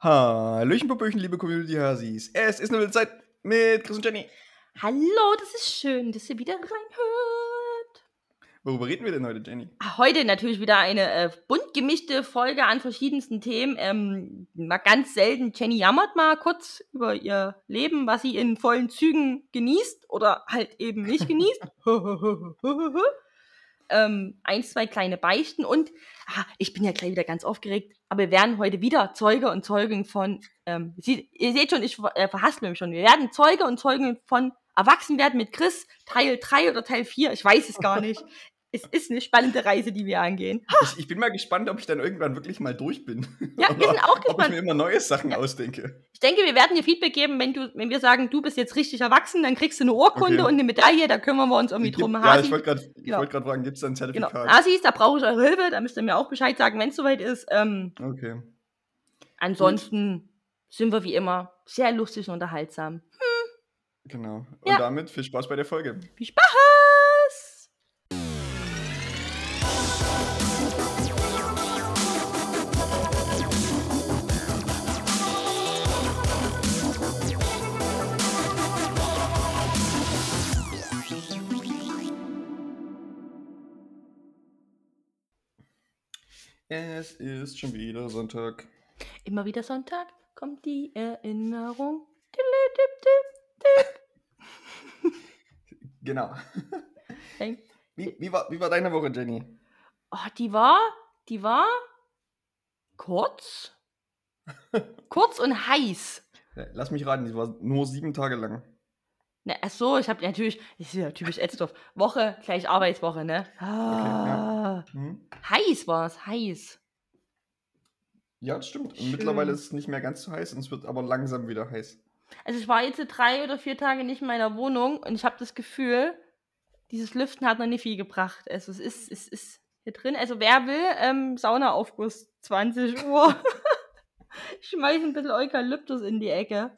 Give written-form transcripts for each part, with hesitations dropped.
Hallöchen, Popöchen, liebe Community-Hasis. Es ist eine wilde Zeit mit Chris und Jenny. Hallo, das ist schön, dass ihr wieder reinhört. Worüber reden wir denn heute, Jenny? Heute natürlich wieder eine bunt gemischte Folge an verschiedensten Themen. Mal ganz selten, Jenny jammert mal kurz über ihr Leben, was sie in vollen Zügen genießt oder halt eben nicht genießt. Eins, zwei kleine Beichten und ich bin ja gleich wieder ganz aufgeregt, aber wir werden heute wieder Zeuge und Zeugin von, ihr seht schon, ich verhaspel mich schon, wir werden Zeuge und Zeugin von Erwachsenwerden mit Chris, Teil 3 oder Teil 4, ich weiß es gar nicht. Es ist eine spannende Reise, die wir angehen. Ich bin mal gespannt, ob ich dann irgendwann wirklich mal durch bin. Ja, wir sind auch Ob ich gespannt. mir immer neue Sachen ausdenke. Ich denke, wir werden dir Feedback geben, wenn wir sagen, du bist jetzt richtig erwachsen, dann kriegst du eine Urkunde und eine Medaille, da kümmern wir uns irgendwie drum. Ja, ich wollte gerade fragen, gibt es da ein Zertifikat? Genau. Asis, da brauche ich eure Hilfe, da müsst ihr mir auch Bescheid sagen, wenn es soweit ist. Okay. Ansonsten sind wir wie immer sehr lustig und unterhaltsam. Genau. Und damit viel Spaß bei der Folge. Viel Spaß! Es ist schon wieder Sonntag. Immer wieder Sonntag kommt die Erinnerung. Genau. Hey. Wie war deine Woche, Jenny? Oh, die war kurz. Kurz und heiß. Lass mich raten, die war nur 7 Tage lang. Na, achso, ich habe natürlich, das ist ja typisch Etzdorf, Woche gleich Arbeitswoche, ne? Heiß war es, heiß. Ja, das stimmt. Und mittlerweile ist es nicht mehr ganz so heiß und es wird aber langsam wieder heiß. Also ich war jetzt 3 oder 4 Tage nicht in meiner Wohnung und ich habe das Gefühl, dieses Lüften hat noch nicht viel gebracht. Also es ist hier drin. Also wer will, Saunaaufguss, 20 Uhr. Ich schmeiß ein bisschen Eukalyptus in die Ecke.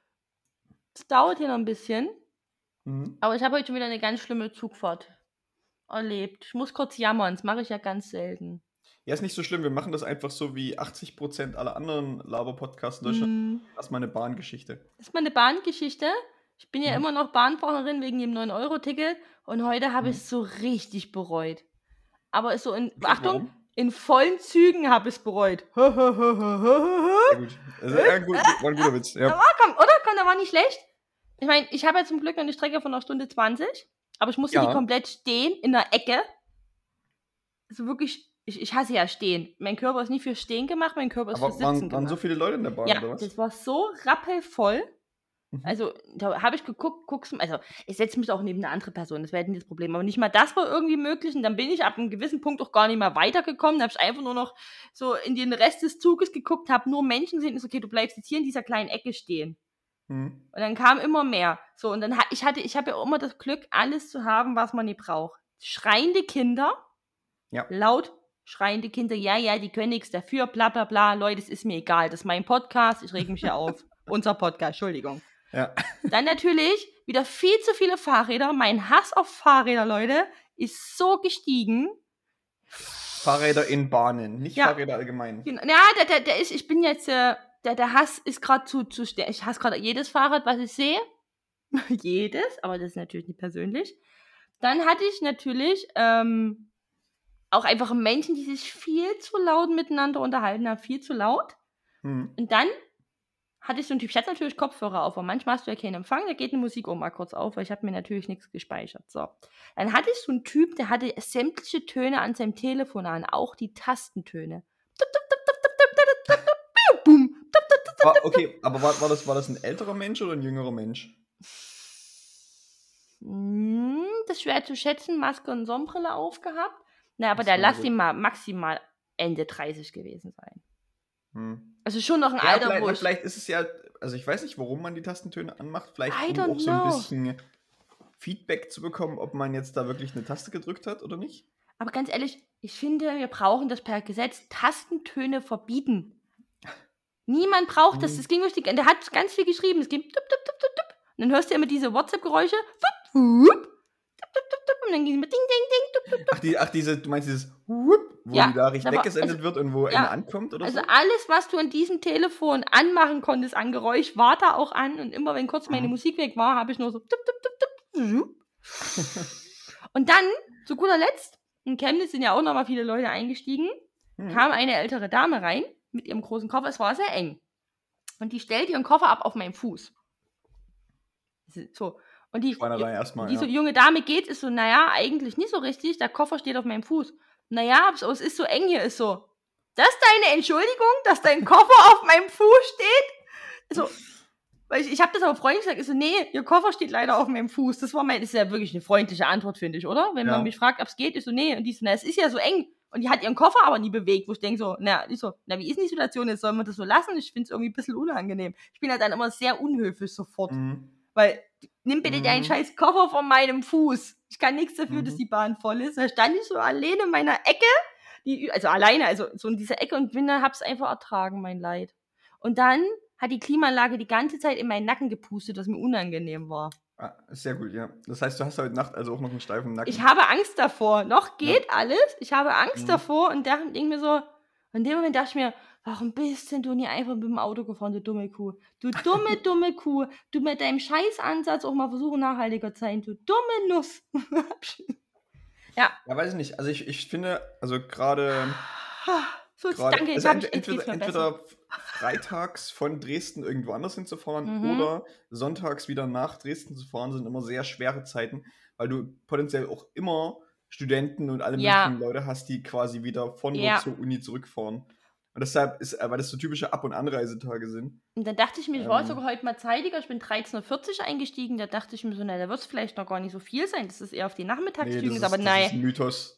Es dauert hier noch ein bisschen. Aber ich habe heute schon wieder eine ganz schlimme Zugfahrt erlebt. Ich muss kurz jammern, das mache ich ja ganz selten. Ja, ist nicht so schlimm. Wir machen das einfach so wie 80% aller anderen Laber-Podcasts in Deutschland. Das ist mal eine Bahngeschichte. Das ist mal eine Bahngeschichte. Ich bin ja immer noch Bahnfahrerin wegen dem 9-Euro-Ticket und heute habe ich es so richtig bereut. Aber so Achtung, in vollen Zügen habe ich es bereut. Sehr gut. Also, war ein guter Witz. Ja. Komm, der war nicht schlecht. Ich meine, ich habe ja zum Glück noch eine Strecke von 1:20, aber ich musste die komplett stehen in der Ecke. Also wirklich, ich hasse ja stehen. Mein Körper ist nicht für stehen gemacht, mein Körper ist für sitzen gemacht. Waren so viele Leute in der Bahn, oder was? Das war so rappelvoll. Also, da habe ich geguckt, also ich setze mich auch neben eine andere Person, das wäre nicht das Problem. Aber nicht mal das war irgendwie möglich und dann bin ich ab einem gewissen Punkt auch gar nicht mehr weitergekommen. Da habe ich einfach nur noch so in den Rest des Zuges geguckt, habe nur Menschen gesehen und ist okay, du bleibst jetzt hier in dieser kleinen Ecke stehen. Und dann kam immer mehr. So, und dann ich habe ja auch immer das Glück, alles zu haben, was man nicht braucht. Schreiende Kinder, laut schreiende Kinder, ja, die können nichts dafür, bla bla bla. Leute, es ist mir egal, das ist mein Podcast, ich reg mich ja auf. Unser Podcast, Entschuldigung. Ja. Dann natürlich wieder viel zu viele Fahrräder. Mein Hass auf Fahrräder, Leute, ist so gestiegen. Fahrräder in Bahnen, nicht Fahrräder allgemein. Ja, ich bin jetzt, der Hass ist gerade zu ich hasse gerade jedes Fahrrad, was ich sehe. Jedes, aber das ist natürlich nicht persönlich. Dann hatte ich natürlich auch einfach Menschen, die sich viel zu laut miteinander unterhalten haben, viel zu laut. Und dann hatte ich so einen Typ, ich hatte natürlich Kopfhörer auf, aber manchmal hast du ja keinen Empfang, da geht eine Musik auch mal kurz auf, weil ich habe mir natürlich nichts gespeichert. So. Dann hatte ich so einen Typ, der hatte sämtliche Töne an seinem Telefon an, auch die Tastentöne. Okay, aber war das ein älterer Mensch oder ein jüngerer Mensch? Das ist schwer zu schätzen, Maske und Sonnenbrille aufgehabt. Na, aber lass ihn mal maximal Ende 30 gewesen sein. Also schon noch ein alter Bursch. Vielleicht ist es ja, also ich weiß nicht, warum man die Tastentöne anmacht. Vielleicht um auch so ein bisschen Feedback zu bekommen, ob man jetzt da wirklich eine Taste gedrückt hat oder nicht. Aber ganz ehrlich, ich finde, wir brauchen das per Gesetz Tastentöne verbieten. Niemand braucht das. Das ging durch der hat ganz viel geschrieben. Es ging tup, tup, tup, tup, tup. Und dann hörst du immer diese WhatsApp-Geräusche. Und dann ging es immer ding, ding, ding, tup, tup, tup. Du meinst dieses Whoop? Wo die Nachricht weggesendet wird und wo eine ankommt oder so? Also alles, was du an diesem Telefon anmachen konntest an Geräusch, war da auch an. Und immer, wenn kurz meine Musik weg war, habe ich nur so tup, tup, tup, tup. Und dann, zu guter Letzt, in Chemnitz sind ja auch nochmal viele Leute eingestiegen, kam eine ältere Dame rein mit ihrem großen Koffer. Es war sehr eng. Und die stellt ihren Koffer ab auf meinen Fuß. So. Und die junge Dame geht, ist so, naja, eigentlich nicht so richtig. Der Koffer steht auf meinem Fuß. Naja, aber es ist so eng hier, ist so. Das ist deine Entschuldigung, dass dein Koffer auf meinem Fuß steht? So, weil ich habe das aber freundlich gesagt, ich so, nee, ihr Koffer steht leider auf meinem Fuß. Das ist ja wirklich eine freundliche Antwort, finde ich, oder? Wenn man mich fragt, ob es geht, ich so, nee. Und die so, na, es ist ja so eng. Und die hat ihren Koffer aber nie bewegt, wo ich denke so, wie ist denn die Situation jetzt? Sollen wir das so lassen? Ich finde es irgendwie ein bisschen unangenehm. Ich bin halt dann immer sehr unhöflich sofort. Weil, nimm bitte deinen scheiß Koffer von meinem Fuß. Ich kann nichts dafür, dass die Bahn voll ist. Da stand ich so alleine in meiner Ecke, also so in dieser Ecke und hab's einfach ertragen, mein Leid. Und dann hat die Klimaanlage die ganze Zeit in meinen Nacken gepustet, was mir unangenehm war. Ah, sehr gut, ja. Das heißt, du hast heute Nacht also auch noch einen steifen Nacken. Ich habe Angst davor. Noch geht alles. Ich habe Angst davor und denke mir so, in dem Moment dachte ich mir, warum bist denn du nie einfach mit dem Auto gefahren, du dumme Kuh? Du dumme Kuh. Du mit deinem Scheißansatz auch mal versuchen, nachhaltiger zu sein. Du dumme Nuss. Ja, weiß ich nicht. Also ich finde, also gerade... danke, also entweder freitags von Dresden irgendwo anders hinzufahren oder sonntags wieder nach Dresden zu fahren, sind immer sehr schwere Zeiten, weil du potenziell auch immer Studenten und alle möglichen Leute hast, die quasi wieder von dort zur Uni zurückfahren. Und deshalb weil das so typische Ab- und Anreisetage sind. Und dann dachte ich mir, ich war sogar heute mal zeitiger, ich bin 13.40 Uhr eingestiegen, da dachte ich mir so, da wird es vielleicht noch gar nicht so viel sein, dass es eher auf die Nachmittagszüge ist, aber nein. Das ist ein Mythos.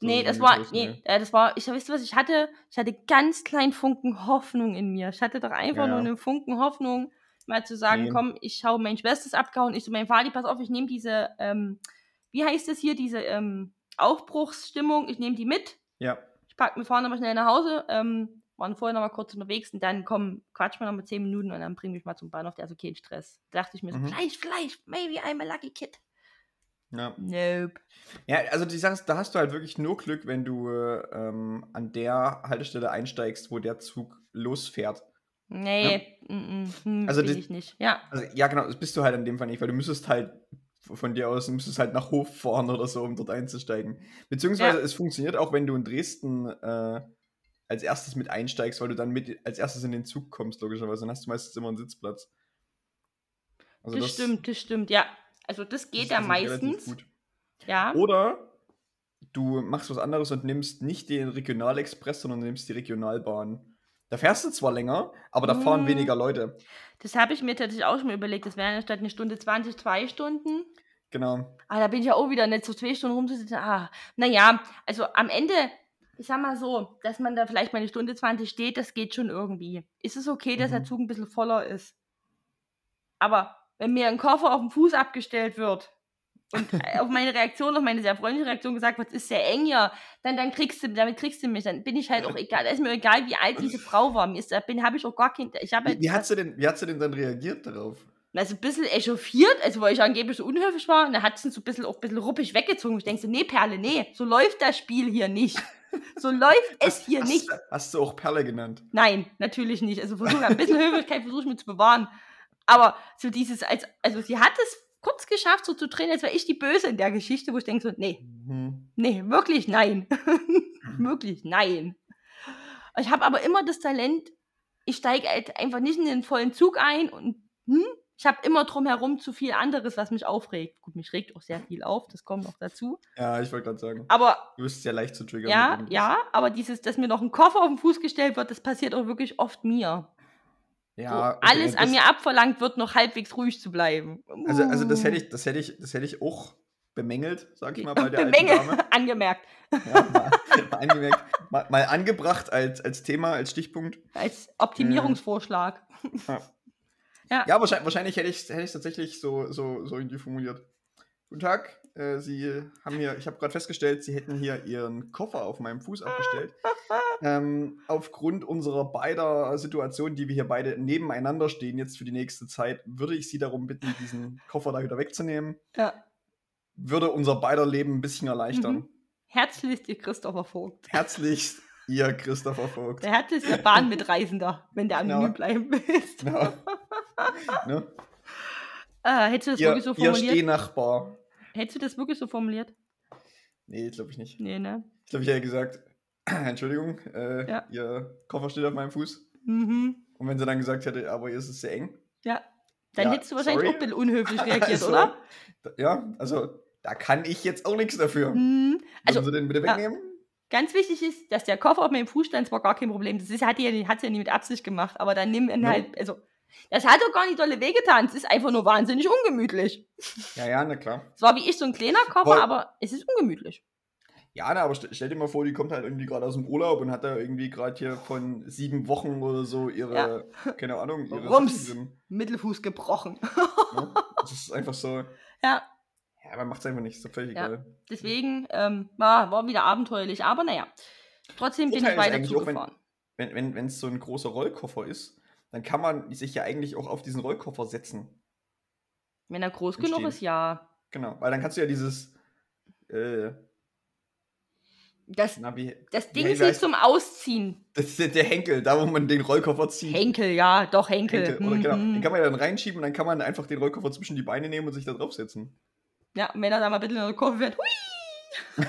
Ich hatte ganz kleinen Funken Hoffnung in mir. Ich hatte doch einfach nur einen Funken Hoffnung, mal zu sagen, komm, ich schaue, mein Schwester ist abgehauen, ich so, mein Vati, pass auf, ich nehme diese, wie heißt das hier, diese Aufbruchsstimmung, ich nehme die mit. Ja. Wir fahren aber schnell nach Hause, waren vorher noch mal kurz unterwegs und dann quatschen wir noch mal 10 Minuten und dann bringen wir mich mal zum Bahnhof, der ist okay, Stress. Da dachte ich mir so, vielleicht, maybe I'm a lucky kid. Ja. Nope. Ja, also die Sache ist, da hast du halt wirklich nur Glück, wenn du an der Haltestelle einsteigst, wo der Zug losfährt. Nee, also will ich nicht. Ja. Also, ja, genau, das bist du halt in dem Fall nicht, weil du müsstest halt von dir aus, halt nach Hof fahren oder so, um dort einzusteigen. Beziehungsweise es funktioniert auch, wenn du in Dresden als erstes mit einsteigst, weil du dann als erstes in den Zug kommst, logischerweise. Dann hast du meistens immer einen Sitzplatz. Also das stimmt, ja. Also das geht ja meistens. Gut. Ja. Oder du machst was anderes und nimmst nicht den Regionalexpress, sondern nimmst die Regionalbahn. Da fährst du zwar länger, aber da fahren weniger Leute. Das habe ich mir tatsächlich auch schon mal überlegt. Das wären statt 1 Stunde 20, 2 Stunden. Genau. Aber da bin ich ja auch wieder nicht so 2 Stunden rumzusitzen. Naja, also am Ende, ich sag mal so, dass man da vielleicht mal 1 Stunde 20 steht, das geht schon irgendwie. Ist es okay, dass der Zug ein bisschen voller ist? Aber wenn mir ein Koffer auf dem Fuß abgestellt wird und auf meine sehr freundliche Reaktion gesagt wird, es ist sehr eng hier, damit kriegst du mich, dann bin ich halt auch egal. Da ist mir egal, wie alt diese Frau war. Habe ich auch gar kein... Wie hat sie denn dann reagiert darauf? Also ein bisschen echauffiert, also weil ich angeblich so unhöflich war. Und dann hat sie so ein bisschen ruppig weggezogen. Ich denke so, nee, Perle, nee, so läuft das Spiel hier nicht. So läuft es hier nicht. Hast du auch Perle genannt? Nein, natürlich nicht. Also ein bisschen Höflichkeit versuche ich mir zu bewahren. Aber so dieses, also sie hat es kurz geschafft, so zu drehen, als wäre ich die Böse in der Geschichte, wo ich denke so, nee, wirklich nein. Wirklich nein. Ich habe aber immer das Talent, ich steige halt einfach nicht in den vollen Zug ein und ich habe immer drumherum zu viel anderes, was mich aufregt. Gut, mich regt auch sehr viel auf, das kommt noch dazu. Ja, ich wollte gerade sagen. Aber du bist ja leicht zu triggern. Ja, aber dass mir noch ein Koffer auf den Fuß gestellt wird, das passiert auch wirklich oft mir. Ja, okay, alles an mir abverlangt wird, noch halbwegs ruhig zu bleiben. Also das hätte ich auch bemängelt, sag ich mal, bei der alten Dame. Angemerkt. Ja, mal angemerkt. Mal angebracht als Thema, als Stichpunkt. Als Optimierungsvorschlag. Ja, wahrscheinlich hätte ich es tatsächlich so irgendwie formuliert. Guten Tag, ich habe gerade festgestellt, Sie hätten hier Ihren Koffer auf meinem Fuß abgestellt. Aufgrund unserer beider Situation, die wir hier beide nebeneinander stehen, jetzt für die nächste Zeit, würde ich Sie darum bitten, diesen Koffer da wieder wegzunehmen. Ja. Würde unser beider Leben ein bisschen erleichtern. Herzlichst, Ihr Christopher Vogt. Herzlichst, Ihr Christopher Vogt. Der Hertel ist der Bahnmitreisender, wenn der anonym bleiben willst. Genau. Ne? Hättest du das wirklich so Ihr formuliert? Stehnachbar. Hättest du das wirklich so formuliert? Nee, glaube ich nicht. Nee, ne? Ich glaube, ich hätte gesagt, Entschuldigung, Ja. Ihr Koffer steht auf meinem Fuß. Mhm. Und wenn sie dann gesagt hätte, aber hier ist es sehr eng. Ja. Dann Ja, hättest du wahrscheinlich sorry. auch ein bisschen unhöflich reagiert, Also, oder? Ja, also da kann ich jetzt auch nichts dafür. Also, Würden Sie den bitte wegnehmen? ganz wichtig ist, dass der Koffer auf meinem Fuß stand, das war gar kein Problem. Das hat sie ja nie mit Absicht gemacht. Aber dann nimm ihn halt, also, das hat doch gar nicht dolle wehgetan. Es ist einfach nur wahnsinnig ungemütlich. Ja, na klar. Es war wie ich so ein kleiner Koffer, aber es ist ungemütlich. Ja, na, aber stell dir mal vor, die kommt halt irgendwie gerade aus dem Urlaub und hat da irgendwie gerade hier von 7 Wochen oder so ihre, keine Ahnung, ihre Rums, Sachen drin. Mittelfuß gebrochen. Ne? Das ist einfach so. Ja. Ja, man macht es einfach nicht, ist doch völlig egal. Deswegen war wieder abenteuerlich, aber naja. Trotzdem bin ich weiter zugefahren. Wenn es so ein großer Rollkoffer ist, dann kann man sich ja eigentlich auch auf diesen Rollkoffer setzen. Wenn er groß genug ist, ja. Genau, weil dann kannst du ja dieses das Ding sieht zum Ausziehen. Das ist der Henkel, da wo man den Rollkoffer zieht. Henkel, ja, doch Henkel. Oder genau, den kann man ja dann reinschieben und dann kann man einfach den Rollkoffer zwischen die Beine nehmen und sich da draufsetzen. Ja, und wenn er da mal bitte in der Kurve fährt, hui!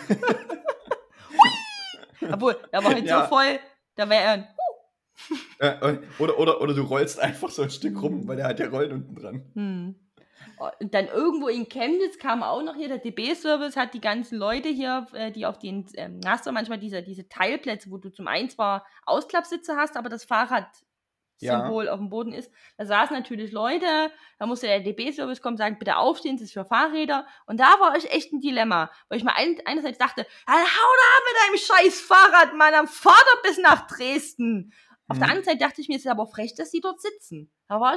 Obwohl, da war halt so voll, da wäre er ein oder du rollst einfach so ein Stück rum, weil der hat ja Rollen unten dran. Und dann irgendwo in Chemnitz kam auch noch hier der DB-Service, hat die ganzen Leute hier, die auf den, hast du manchmal diese Teilplätze, wo du zum einen zwar Ausklappsitze hast, aber das Fahrradsymbol auf dem Boden ist. Da saßen natürlich Leute, da musste der DB-Service kommen, sagen, bitte aufstehen, das ist für Fahrräder. Und da war ich echt ein Dilemma, weil ich mir einerseits dachte, hau da mit deinem scheiß Fahrrad, Mann, am Vater bis nach Dresden. Auf der anderen Seite dachte ich mir, es ist aber frech, dass die dort sitzen. Da war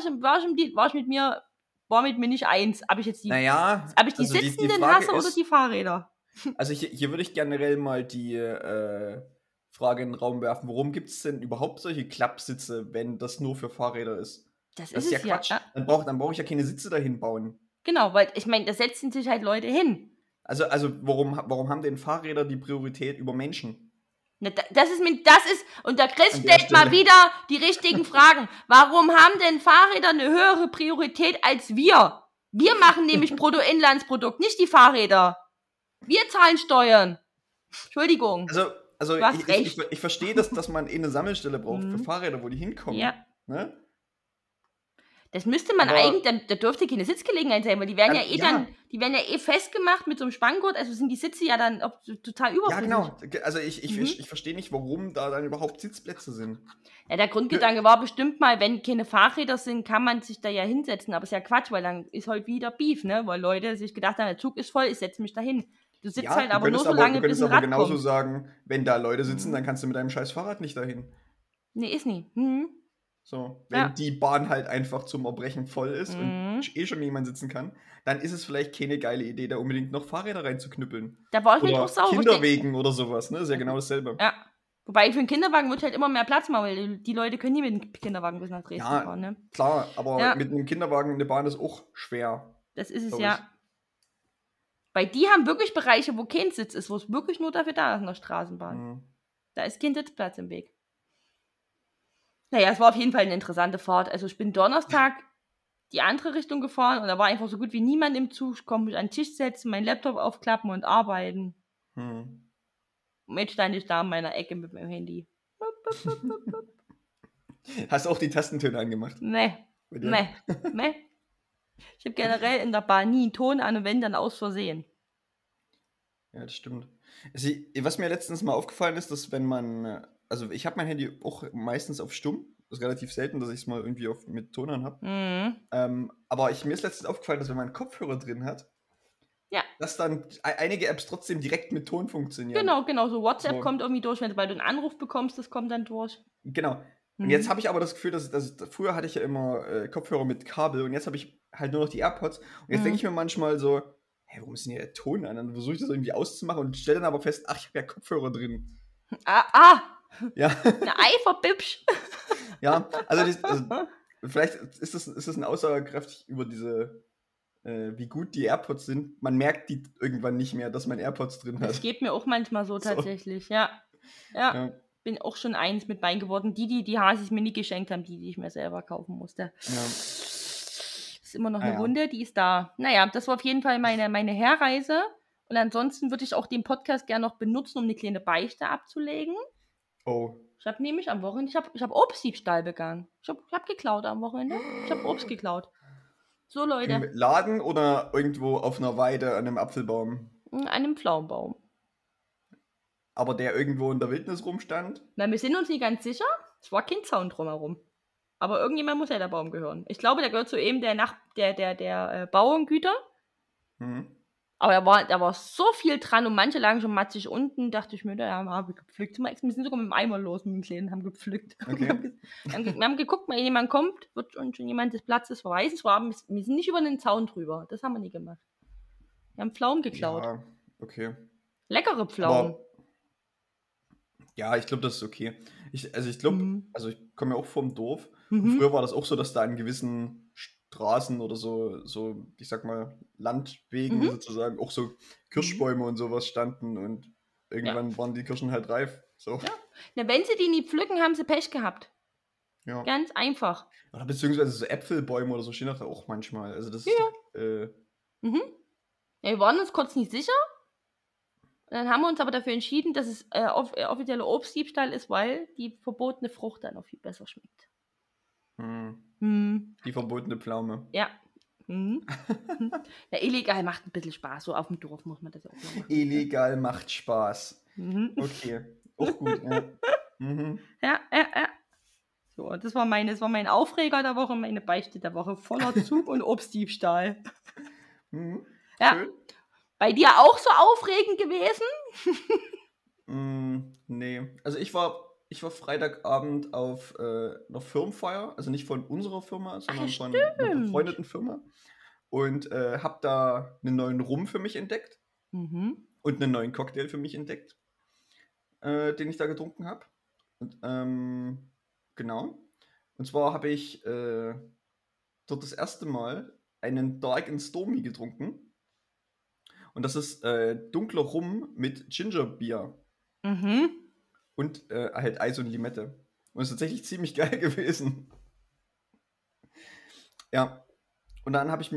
mit mir nicht eins. Ob ich jetzt die, ob ich die Sitzenden hasse oder die Fahrräder? Also hier würde ich generell mal die Frage in den Raum werfen, warum gibt es denn überhaupt solche Klappsitze, wenn das nur für Fahrräder ist? Das ist ja Quatsch. Ja. Dann brauche ich ja keine Sitze dahin bauen. Genau, weil ich meine, da setzen sich halt Leute hin. Also warum haben denn Fahrräder die Priorität über Menschen? Und der Chris stellt mal wieder die richtigen Fragen. Warum haben denn Fahrräder eine höhere Priorität als wir? Wir machen nämlich Bruttoinlandsprodukt, nicht die Fahrräder. Wir zahlen Steuern. Entschuldigung. Also ich verstehe, dass man eine Sammelstelle braucht für Fahrräder, wo die hinkommen. Ja. Ne? Das müsste man eigentlich, da dürfte keine Sitzgelegenheit sein, weil die werden die werden ja festgemacht mit so einem Spanngurt, also sind die Sitze ja dann auch total überflüssig. Ja, genau. Also ich verstehe nicht, warum da dann überhaupt Sitzplätze sind. Ja, der Grundgedanke war bestimmt mal, wenn keine Fahrräder sind, kann man sich da ja hinsetzen, aber ist ja Quatsch, weil dann ist halt wieder Beef, ne, weil Leute sich gedacht haben, der Zug ist voll, ich setze mich da hin. Du sitzt halt aber nur so lange, bis ein Rad kommt. Du könntest aber genauso sagen, wenn da Leute sitzen, dann kannst du mit deinem scheiß Fahrrad nicht dahin. Nee, ist nie. So, wenn die Bahn halt einfach zum Erbrechen voll ist und schon niemand sitzen kann, dann ist es vielleicht keine geile Idee, da unbedingt noch Fahrräder reinzuknüppeln. Da war ich mir auch sauer. Kinderwegen oder sowas, ne? Ist ja genau dasselbe. Ja. Wobei für einen Kinderwagen wird halt immer mehr Platz machen, weil die Leute können nie mit dem Kinderwagen bis nach Dresden fahren, ne? Klar, aber mit einem Kinderwagen eine Bahn ist auch schwer. Das ist es, ja. Weil die haben wirklich Bereiche, wo kein Sitz ist, wo es wirklich nur dafür da ist in der Straßenbahn. Da ist kein Sitzplatz im Weg. Naja, es war auf jeden Fall eine interessante Fahrt. Also ich bin Donnerstag die andere Richtung gefahren und da war einfach so gut wie niemand im Zug. Ich konnte mich an den Tisch setzen, meinen Laptop aufklappen und arbeiten. Und jetzt stand ich da in meiner Ecke mit meinem Handy. Hast du auch die Tastentöne angemacht? Nee. Ich habe generell in der Bahn nie einen Ton an und wenn, dann aus Versehen. Ja, das stimmt. Also, was mir letztens mal aufgefallen ist, dass wenn man, also ich habe mein Handy auch meistens auf Stumm, das ist relativ selten, dass ich es mal irgendwie mit Ton an habe. Aber mir ist letztens aufgefallen, dass wenn man einen Kopfhörer drin hat, dass dann einige Apps trotzdem direkt mit Ton funktionieren. Genau, so WhatsApp kommt irgendwie durch, wenn du einen Anruf bekommst, das kommt dann durch. Genau. Und jetzt habe ich aber das Gefühl, dass früher hatte ich ja immer Kopfhörer mit Kabel und jetzt habe ich halt nur noch die AirPods. Und jetzt denke ich mir manchmal so, hey, warum ist denn hier der Ton an? Dann versuche ich das irgendwie auszumachen und stelle dann aber fest, ach, ich habe ja Kopfhörer drin. Ja. Eine Eiferbibsch. Ja, also vielleicht ist das ein aussagekräftig über diese, wie gut die AirPods sind. Man merkt irgendwann nicht mehr, dass man AirPods drin hat. Das geht mir auch manchmal so tatsächlich, ja. bin auch schon eins mit Bein geworden. Die Hasis mir nie geschenkt haben, die ich mir selber kaufen musste. Ja. Ist immer noch eine Wunde, die ist da. Naja, das war auf jeden Fall meine Herreise. Und ansonsten würde ich auch den Podcast gerne noch benutzen, um eine kleine Beichte abzulegen. Oh. Ich habe nämlich am Wochenende, ich habe Obstdiebstahl begangen. Ich hab geklaut am Wochenende. Ich habe Obst geklaut. So, Leute. Im Laden oder irgendwo auf einer Weide an einem Apfelbaum? An einem Pflaumenbaum. Aber der irgendwo in der Wildnis rumstand? Na, wir sind uns nicht ganz sicher. Es war kein Zaun drumherum. Aber irgendjemand muss ja der Baum gehören. Ich glaube, der gehört zu eben der Bauerngüter. Mhm. Aber da war so viel dran und manche lagen schon matzig unten. Dachte ich mir, ja, haben wir gepflückt. Wir sind sogar mit dem Eimer los mit dem Kleinen, haben gepflückt. Okay. Wir haben geguckt, wenn jemand kommt, wird uns schon jemand des Platzes verweisen. Wir sind nicht über den Zaun drüber. Das haben wir nie gemacht. Wir haben Pflaumen geklaut. Ja, okay. Leckere Pflaumen. Aber ja, ich glaube, das ist okay. Ich komme ja auch vom Dorf. Und früher war das auch so, dass da an gewissen Straßen oder so, ich sag mal, Landwegen sozusagen auch so Kirschbäume und sowas standen und irgendwann waren die Kirschen halt reif. So. Ja. Na, wenn sie die nie pflücken, haben sie Pech gehabt. Ja. Ganz einfach. Oder beziehungsweise so Äpfelbäume oder so stehen da auch manchmal. Also das ist Ja, wir waren uns kurz nicht sicher. Und dann haben wir uns aber dafür entschieden, dass es offizieller Obstdiebstahl ist, weil die verbotene Frucht dann auch viel besser schmeckt. Die verbotene Pflaume. Ja. Ja, illegal macht ein bisschen Spaß. So auf dem Dorf muss man das auch noch machen. Illegal macht Spaß. Okay, auch gut. Ja. Ja. So, das war mein Aufreger der Woche, meine Beichte der Woche. Voller Zug und Obstdiebstahl. Ja. Schön. Bei dir auch so aufregend gewesen? Nee. Also ich war Freitagabend auf einer Firmenfeier, also nicht von unserer Firma, sondern von einer befreundeten Firma. Und habe da einen neuen Rum für mich entdeckt. Und einen neuen Cocktail für mich entdeckt, den ich da getrunken habe. Und genau. Und zwar habe ich dort das erste Mal einen Dark and Stormy getrunken. Und das ist dunkler Rum mit Gingerbier. Und halt Eis und Limette. Und ist tatsächlich ziemlich geil gewesen. Ja. Und dann habe ich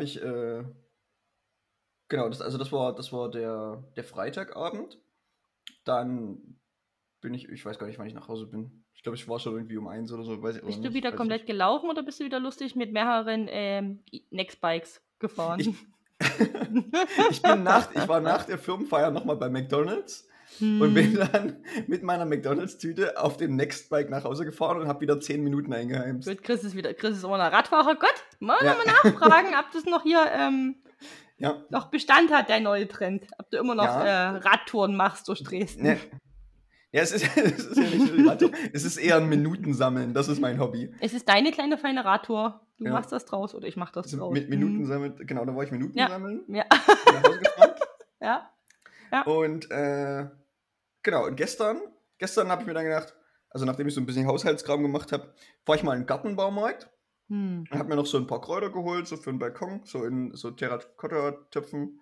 genau, das war der Freitagabend. Dann bin ich weiß gar nicht, wann ich nach Hause bin. Ich glaube, ich war schon irgendwie um 1 oder so. Bist du wieder komplett gelaufen oder bist du wieder lustig mit mehreren Nextbikes gefahren? Ich war nach der Firmenfeier nochmal bei McDonald's und bin dann mit meiner McDonald's-Tüte auf dem Nextbike nach Hause gefahren und habe wieder 10 Minuten eingeheimst. Gut, Chris ist auch ein Radfahrer. Gott, mal nachfragen, ob das noch hier noch Bestand hat, der neue Trend. Ob du immer noch Radtouren machst durch Dresden. Nee. Ja, es ist ja nicht so die Radtour. Es ist eher ein Minutensammeln. Das ist mein Hobby. Es ist deine kleine feine Radtour. Du machst das draus oder ich mach das draus. Mit Minuten sammeln. Genau, da war ich Minuten sammeln. Ja. Bin nach Hause gefahren. Ja. Und genau, und gestern habe ich mir dann gedacht, also nachdem ich so ein bisschen Haushaltskram gemacht habe, fahre ich mal in den Gartenbaumarkt. Und habe mir noch so ein paar Kräuter geholt, so für den Balkon, so in so Terrakotta-Töpfen.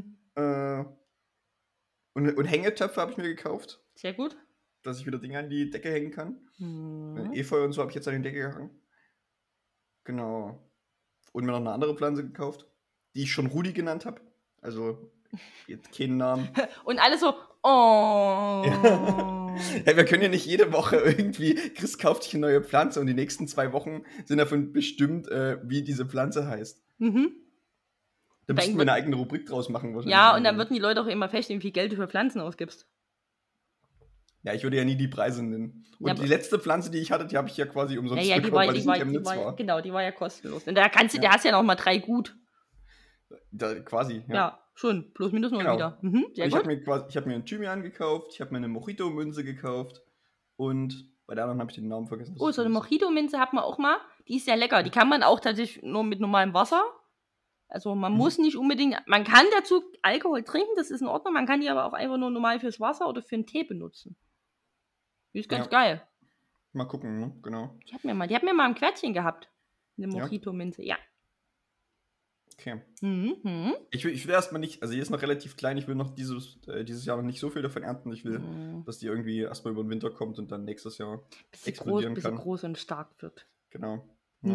Und Hängetöpfe habe ich mir gekauft. Sehr gut. Dass ich wieder Dinge an die Decke hängen kann. Efeu und so habe ich jetzt an die Decke gehangen. Genau. Und mir noch eine andere Pflanze gekauft, die ich schon Rudi genannt habe. Also jetzt keinen Namen. Und alle so, oh. Hey, wir können ja nicht jede Woche irgendwie, Chris kauft sich eine neue Pflanze und die nächsten 2 Wochen sind davon bestimmt, wie diese Pflanze heißt. Da müssten wir eine eigene Rubrik draus machen. Wahrscheinlich. Ja, und dann würden die Leute auch immer feststellen, wie viel Geld du für Pflanzen ausgibst. Ja, ich würde ja nie die Preise nennen. Und die letzte Pflanze, die ich hatte, die habe ich ja quasi umsonst bekommen, weil ich in Chemnitz war. Genau, die war ja kostenlos. Und da hast du ja noch mal 3 gut. Quasi, ja. Ja, schon. Plus minus null wieder. Ich habe mir einen Thymian gekauft, ich habe mir eine Mojito-Münze gekauft und bei der anderen habe ich den Namen vergessen. Oh, so eine Mojito-Minze hat man auch mal. Die ist sehr lecker. Die kann man auch tatsächlich nur mit normalem Wasser. Also man muss nicht unbedingt, man kann dazu Alkohol trinken, das ist in Ordnung. Man kann die aber auch einfach nur normal fürs Wasser oder für einen Tee benutzen. Die ist ganz geil. Mal gucken, ne? Genau. Die hat mir mal ein Quertchen gehabt. Eine Mojito-Minze, ja. Okay. Mhm. Ich will erstmal nicht, also die ist noch relativ klein, ich will noch dieses Jahr noch nicht so viel davon ernten. Ich will, dass die irgendwie erstmal über den Winter kommt und dann nächstes Jahr explodieren Bis sie kann. groß und stark wird. Genau. Ja.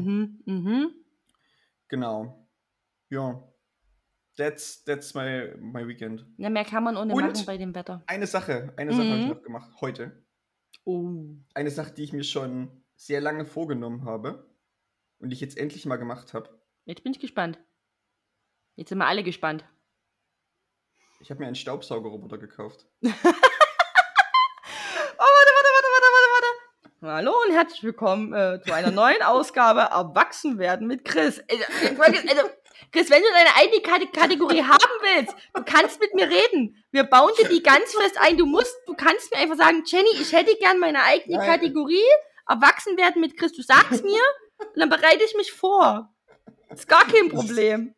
Genau. Ja. That's my weekend. Ja, mehr kann man ohne Und machen bei dem Wetter. eine Sache habe ich noch gemacht, heute. Oh. Eine Sache, die ich mir schon sehr lange vorgenommen habe und die ich jetzt endlich mal gemacht habe. Jetzt bin ich gespannt. Jetzt sind wir alle gespannt. Ich habe mir einen Staubsaugerroboter gekauft. Warte. Hallo und herzlich willkommen zu einer neuen Ausgabe Erwachsen werden mit Chris. Chris, wenn du deine eigene Kategorie haben willst, du kannst mit mir reden. Wir bauen dir die ganz fest ein. Du kannst mir einfach sagen, Jenny, ich hätte gern meine eigene Kategorie Erwachsen werden mit Chris. Du sagst mir und dann bereite ich mich vor. Das ist gar kein Problem.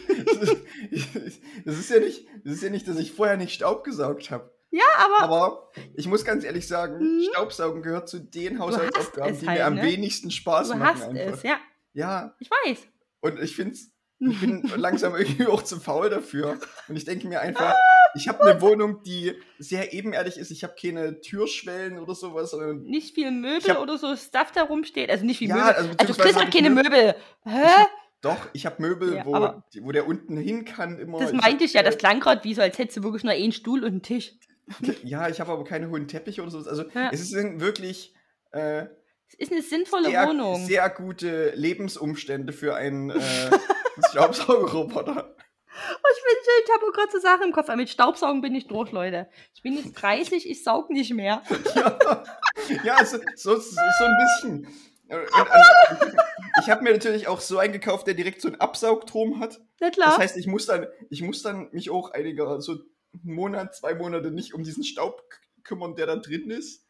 Das ist ja nicht, dass ich vorher nicht Staub gesaugt habe. Ja, aber ich muss ganz ehrlich sagen, Staubsaugen gehört zu den Haushaltsaufgaben, die mir am wenigsten Spaß machen. Du hast es, ja. Ja. Ich weiß. Und ich bin langsam irgendwie auch zu faul dafür. Und ich denke mir einfach, ich habe eine Wohnung, die sehr ebenerdig ist. Ich habe keine Türschwellen oder sowas. Nicht viel Möbel oder so Stuff da rumsteht. Also nicht viel Möbel. Also Chris hat keine Möbel. Hä? Doch, ich habe Möbel, wo der unten hin kann immer. Das meinte ich ja, das klang gerade wie so, als hättest du wirklich nur einen Stuhl und einen Tisch. Ja, ich habe aber keine hohen Teppiche oder so. Also es sind wirklich es ist eine sinnvolle Wohnung. Sehr gute Lebensumstände für einen Staubsaugerroboter. Ich habe gerade so Sachen im Kopf. Aber mit Staubsaugen bin ich durch, Leute. Ich bin jetzt 30, ich saug nicht mehr. Ja, so ein bisschen. Ich habe mir natürlich auch so einen gekauft, der direkt so einen Absaugturm hat. Na klar. Das heißt, ich muss dann mich auch so einen Monat, 2 Monate nicht um diesen Staub kümmern, der da drin ist.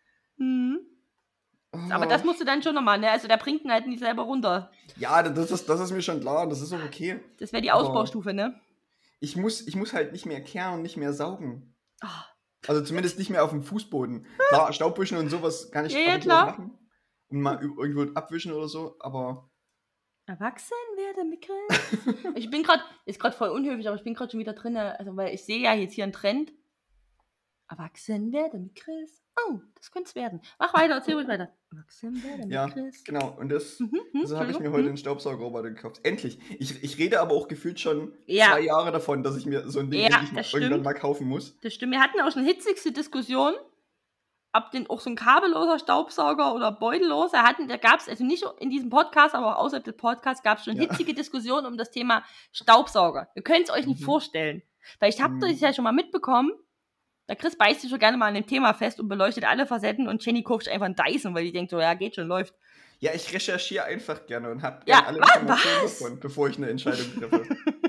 Aber das musst du dann schon nochmal, ne? Also der bringt ihn halt nicht selber runter. Ja, das ist mir schon klar, das ist auch okay. Das wäre die Ausbaustufe, ne? Ich muss halt nicht mehr kehren und nicht mehr saugen. Also zumindest nicht mehr auf dem Fußboden. Klar, Staubwischen und sowas kann ich machen. Und mal irgendwo abwischen oder so, aber... Erwachsen werden mit Chris. Ist gerade voll unhöflich, aber ich bin gerade schon wieder drin, also weil ich sehe ja jetzt hier einen Trend. Erwachsen werden mit Chris. Oh, das könnte es werden. Mach weiter, erzähl ruhig weiter. Erwachsen werden mit Chris. Ja, genau. Und so habe ich mir heute einen Staubsaugerroboter gekauft. Endlich. Ich rede aber auch gefühlt schon 2 Jahre davon, dass ich mir so ein Ding irgendwann mal kaufen muss. Das stimmt. Wir hatten auch schon hitzigste Diskussion, ob denn auch so ein kabelloser Staubsauger oder beutelloser da gab es, also nicht in diesem Podcast, aber auch außerhalb des Podcasts, gab es schon hitzige Diskussionen um das Thema Staubsauger. Ihr könnt es euch nicht vorstellen. Weil ich habe das ja schon mal mitbekommen, der Chris beißt sich schon gerne mal an dem Thema fest und beleuchtet alle Facetten und Jenny kauft einfach einen Dyson, weil die denkt so, ja, geht schon, läuft. Ja, ich recherchiere einfach gerne und habe gerne alle Informationen davon, bevor ich eine Entscheidung treffe.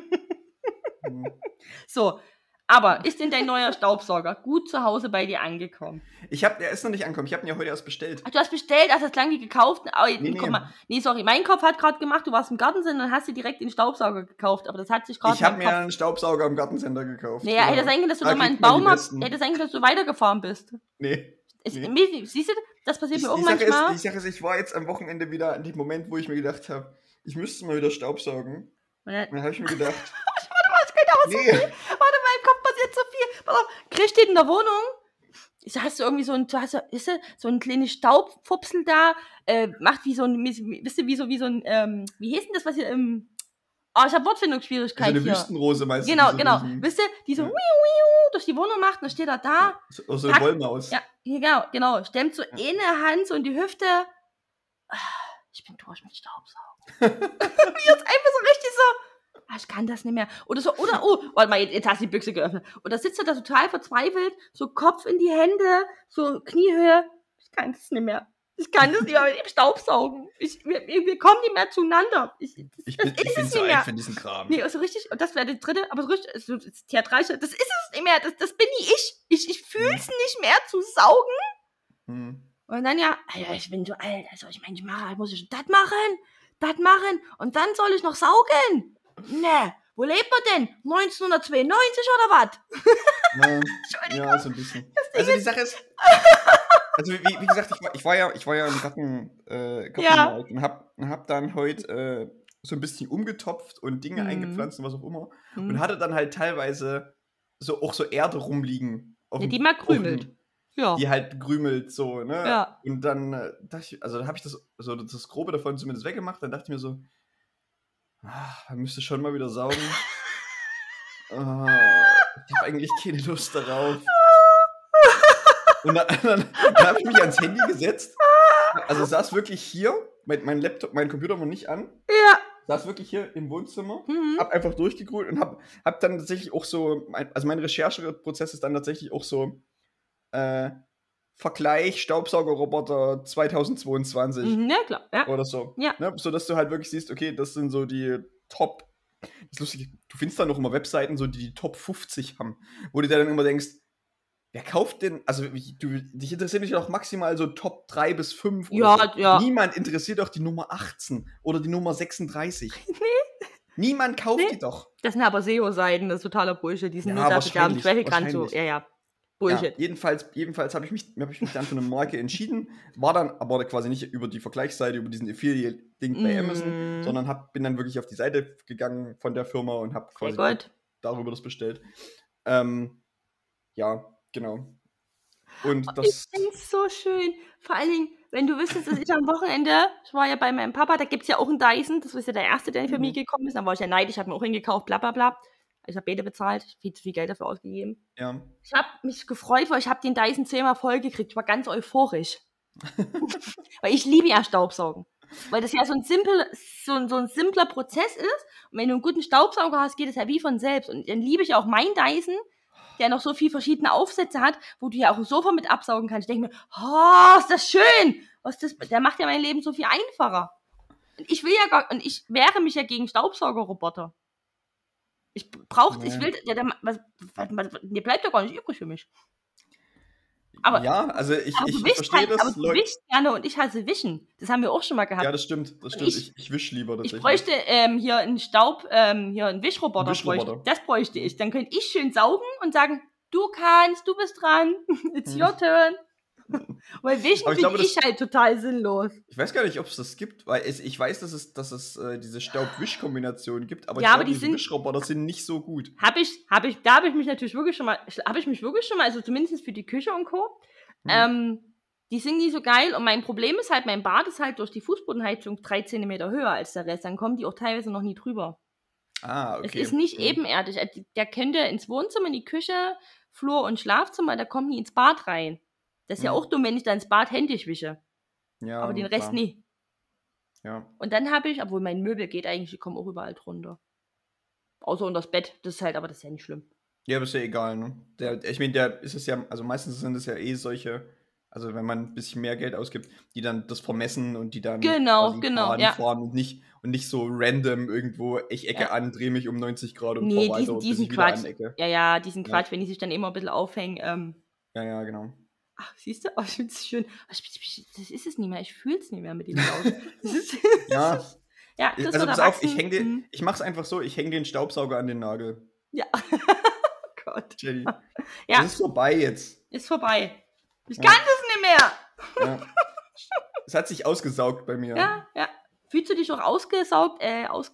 So, aber ist denn dein neuer Staubsauger gut zu Hause bei dir angekommen? Der ist noch nicht angekommen. Ich habe ihn ja heute erst bestellt. Ach, du hast bestellt, hast das lange gekauft? Nee. Guck mal. Nee, sorry, mein Kopf hat gerade gemacht, du warst im Gartencenter und hast dir direkt den Staubsauger gekauft, aber das hat sich gerade... Ich habe mir einen Staubsauger im Gartencenter gekauft. Nee, hätte sein können, dass du nochmal in den Baumarkt... Hätte sein können, dass du weitergefahren bist. Nee. Siehst du, das passiert mir auch manchmal. Die Sache ist, ich war jetzt am Wochenende wieder an dem Moment, wo ich mir gedacht habe, ich müsste mal wieder Staubsaugen. Und dann habe ich mir gedacht... Ich könnte auch so viel. Warte, in meinem Kopf passiert so viel. Pass auf, Chris steht in der Wohnung. Hast du irgendwie so ein kleines Staubfupsel da, macht wie so ein, wisst ihr, wie so ein, wie hieß denn das, was ihr im... ich habe Wortfindungsschwierigkeiten hier. So eine Wüstenrose meistens. Genau. Wisst ihr, die so durch die Wohnung macht, und dann steht er da. So eine Wollmaus. Ja, genau. Stemmt so eine Hand so in die Hüfte. Ich bin durch mit Staubsaugen. Wie jetzt einfach so richtig so, ich kann das nicht mehr. Oder so, warte mal, jetzt hast du die Büchse geöffnet. Oder sitzt er da total verzweifelt, so Kopf in die Hände, so Kniehöhe. Ich kann das nicht mehr. Ich kann das nicht mehr mit dem Staubsaugen. Wir kommen nicht mehr zueinander. Ich bin zu alt für diesen Kram. Nee, so richtig, und das wäre der dritte, aber so richtig, so theatralische, das ist es nicht mehr, das bin ich. Ich fühle es nicht mehr zu saugen. Und dann ich bin so alt, also ich meine, muss ich das machen, und dann soll ich noch saugen. Ne, wo lebt man denn? 1992 oder was? Ja, so ein bisschen. Also die Sache ist, also wie gesagt, ich war ja im Gartenmarkt und hab dann heute so ein bisschen umgetopft und Dinge eingepflanzt und was auch immer. Und Mhm. hatte dann halt teilweise auch so Erde rumliegen. Die mal krümelt. Ja. Die halt krümelt, so, ne? Ja. Und dann dachte ich, also da habe ich das Grobe davon zumindest weggemacht. Dann dachte ich mir so, man müsste schon mal wieder saugen. Ich habe eigentlich keine Lust darauf. Und dann habe ich mich ans Handy gesetzt. Also saß wirklich hier, mein Laptop, mein Computer war nicht an. Ja. Saß wirklich hier im Wohnzimmer, hab einfach durchgegoogelt und hab dann tatsächlich auch so, also mein Rechercheprozess ist dann tatsächlich auch so Vergleich Staubsaugerroboter 2022. Ja, klar. Ja. Oder so. Ja. Ne? So dass du halt wirklich siehst, okay, das sind so die Top. Das Lustige, du findest da noch immer Webseiten, so die Top 50 haben, wo du dir dann immer denkst, wer kauft denn, also dich interessiert mich doch maximal so Top 3 bis 5 Ja, oder so. ja. Niemand interessiert doch die Nummer 18 oder die Nummer 36. Nee. Niemand kauft die doch. Das sind aber SEO-Seiten, das ist totaler Bullshit. Die sind nur dafür da, um Traffic ranzu. Ja. Bullshit. Ja, jedenfalls habe ich mich dann für eine Marke entschieden, war dann aber quasi nicht über die Vergleichsseite, über diesen Affiliate-Ding bei Amazon, sondern bin dann wirklich auf die Seite gegangen von der Firma und habe quasi darüber das bestellt. Ja, genau. Und das. Ich finde es so schön. Vor allen Dingen, wenn du wüsstest, dass ich am Wochenende, ich war ja bei meinem Papa, da gibt es ja auch einen Dyson, das ist ja der erste, der in die Familie gekommen ist, dann war ich ja neidisch, habe mir auch hingekauft, bla bla bla. Ich habe beide bezahlt, viel zu viel Geld dafür ausgegeben. Ja. Ich habe mich gefreut, weil ich habe den Dyson 10-mal voll gekriegt. Ich war ganz euphorisch. Weil ich liebe ja Staubsaugen. Weil das ja so ein simpler Prozess ist. Und wenn du einen guten Staubsauger hast, geht es ja wie von selbst. Und dann liebe ich auch meinen Dyson, der noch so viele verschiedene Aufsätze hat, wo du ja auch ein Sofa mit absaugen kannst. Ich denke mir, oh, ist das schön. Der macht ja mein Leben so viel einfacher. Und ich wehre mich ja gegen Staubsaugerroboter. Mir bleibt ja gar nicht übrig für mich. Aber, ja, also ich verstehe das. Du wischst gerne und ich hasse Wischen. Das haben wir auch schon mal gehabt. Ja, das stimmt. Ich wische lieber tatsächlich. Ich bräuchte hier einen Wischroboter. Das bräuchte ich. Dann könnte ich schön saugen und sagen, du bist dran. It's your turn. Weil Wischen finde ich halt total sinnlos. Ich weiß gar nicht, ob es das gibt, weil ich weiß, dass es diese Staub-Wisch-Kombination gibt, aber diese Wischroboter sind nicht so gut. Da habe ich mich natürlich wirklich schon mal, also zumindest für die Küche und Co. Die sind nie so geil und mein Problem ist halt, mein Bad ist halt durch die Fußbodenheizung 3 Zentimeter höher als der Rest, dann kommen die auch teilweise noch nie drüber. Okay. Es ist nicht ebenerdig. Der könnte ins Wohnzimmer, in die Küche, Flur und Schlafzimmer, da kommen die ins Bad rein. Das ist ja auch dumm, wenn ich da ins Bad händisch wische. Ja, aber den Rest nie. Ja. Und dann habe ich, obwohl mein Möbel geht eigentlich, die kommen auch überall drunter. Außer unter das Bett, das ist ja nicht schlimm. Ja, aber ist ja egal, ne? Ich meine, der ist es ja, also meistens sind es ja solche, also wenn man ein bisschen mehr Geld ausgibt, die dann das vermessen und die dann fahren und nicht so random irgendwo, ich ecke an, drehe mich um 90 Grad und fahre weiter, bis ich wieder anecke. Ja, diesen Quatsch, wenn die sich dann immer ein bisschen aufhängen. Ja, genau. Ach, siehst du? Oh, ich finde es schön. Das ist es nicht mehr. Ich fühle es nicht mehr mit dem Staub. Ja. Ja, also pass auf, ich mache es einfach so, ich hänge den Staubsauger an den Nagel. Ja. Oh Gott. Jenny. Ja. Das ist vorbei jetzt. Ist vorbei. Ich kann das nicht mehr. Ja. Es hat sich ausgesaugt bei mir. Ja. Fühlst du dich auch ausgelaugt?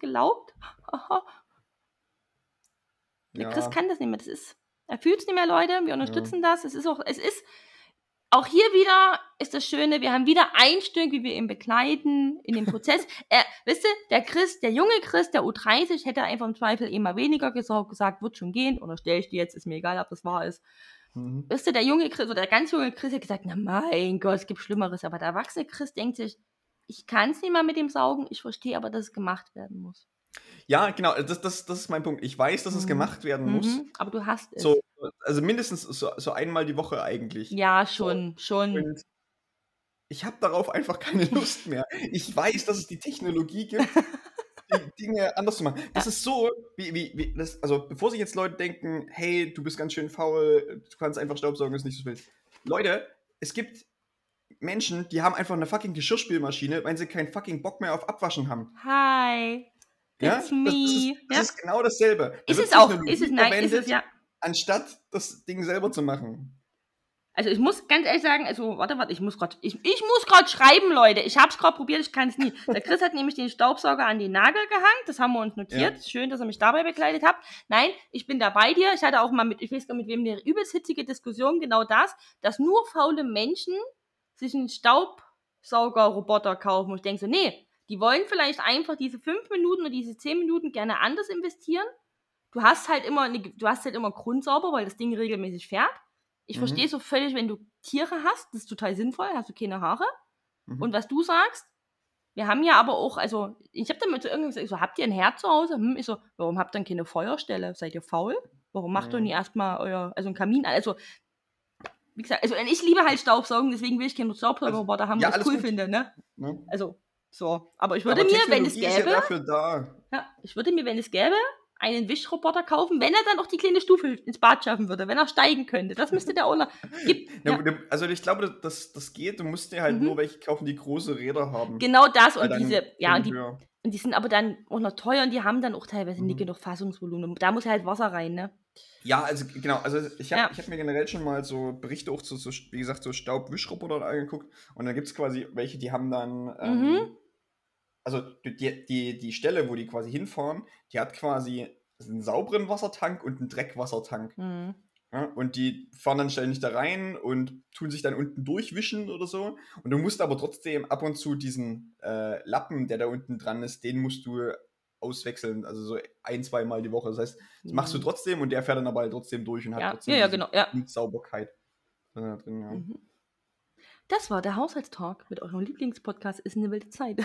Der Chris kann das nicht mehr. Er fühlt es nicht mehr, Leute. Wir unterstützen das. Es ist auch hier wieder ist das Schöne, wir haben wieder ein Stück, wie wir ihn begleiten in dem Prozess. Wisst ihr, der junge Chris, der U30, hätte einfach im Zweifel immer weniger gesagt, wird schon gehen, oder stelle ich dir jetzt, ist mir egal, ob das wahr ist. Wisst ihr, der junge Chris, oder der ganz junge Chris hat gesagt, na mein Gott, es gibt Schlimmeres, aber der erwachsene Chris denkt sich, ich kann es nicht mal mit dem saugen, ich verstehe aber, dass es gemacht werden muss. Ja, genau, das ist mein Punkt. Ich weiß, dass es gemacht werden muss. Aber du hast es. So, also mindestens so einmal die Woche eigentlich. Ja, schon. Und ich habe darauf einfach keine Lust mehr. Ich weiß, dass es die Technologie gibt, die Dinge anders zu machen. Das ist so, also bevor sich jetzt Leute denken, hey, du bist ganz schön faul, du kannst einfach Staubsaugen, ist nicht so wild. Leute, es gibt Menschen, die haben einfach eine fucking Geschirrspülmaschine, weil sie keinen fucking Bock mehr auf Abwaschen haben. Hi. That's me. Das ist genau dasselbe. Ist es auch. Ist es, nein, ist es, ja. Anstatt das Ding selber zu machen. Also ich muss ganz ehrlich sagen, also warte, ich muss gerade schreiben, Leute. Ich habe es gerade probiert, ich kann es nie. Der Chris hat nämlich den Staubsauger an den Nagel gehangen, das haben wir uns notiert. Ja. Schön, dass ihr mich dabei begleitet habt. Nein, ich bin da bei dir. Ich hatte auch mal ich weiß gar nicht mit wem, eine übelst hitzige Diskussion, genau das, dass nur faule Menschen sich einen Staubsaugerroboter kaufen. Und ich denke so, nee, die wollen vielleicht einfach diese 5 Minuten oder diese 10 Minuten gerne anders investieren. Du hast halt immer Grundsauber, weil das Ding regelmäßig fährt. Ich verstehe so völlig, wenn du Tiere hast, das ist total sinnvoll, hast du keine Haare. Und was du sagst, wir haben ja aber auch, also ich habe damit so irgendwie gesagt, ich so, habt ihr ein Herd zu Hause? Ich so, warum habt ihr dann keine Feuerstelle? Seid ihr faul? Warum macht ihr nie erstmal einen Kamin an? Also, wie gesagt, ich liebe halt Staubsaugen, deswegen will ich keinen Staubsaugerroboter haben, weil ich cool finde, ne? Ja. Also, so. Aber ich würde mir, wenn es gäbe, ich würde mir, wenn es gäbe, einen Wischroboter kaufen, wenn er dann auch die kleine Stufe ins Bad schaffen würde, wenn er steigen könnte. Das müsste der auch noch. Also ich glaube, das geht. Du musst dir halt nur welche kaufen, die große Räder haben. Genau das und diese, und die sind aber dann auch noch teuer und die haben dann auch teilweise nicht genug Fassungsvolumen. Da muss halt Wasser rein, ne? Ja, also genau, also ich hab mir generell schon mal so Berichte auch zu, wie gesagt, so Staubwischrobotern angeguckt und dann gibt es quasi welche, die haben dann also die Stelle, wo die quasi hinfahren, die hat quasi einen sauberen Wassertank und einen Dreckwassertank. Ja, und die fahren dann ständig da rein und tun sich dann unten durchwischen oder so. Und du musst aber trotzdem ab und zu diesen Lappen, der da unten dran ist, den musst du auswechseln, also so 1-2 Mal die Woche. Das heißt, das machst du trotzdem und der fährt dann aber halt trotzdem durch und hat trotzdem Sauberkeit drin. Ja. Das war der Haushaltstalk mit eurem Lieblingspodcast Ist eine wilde Zeit.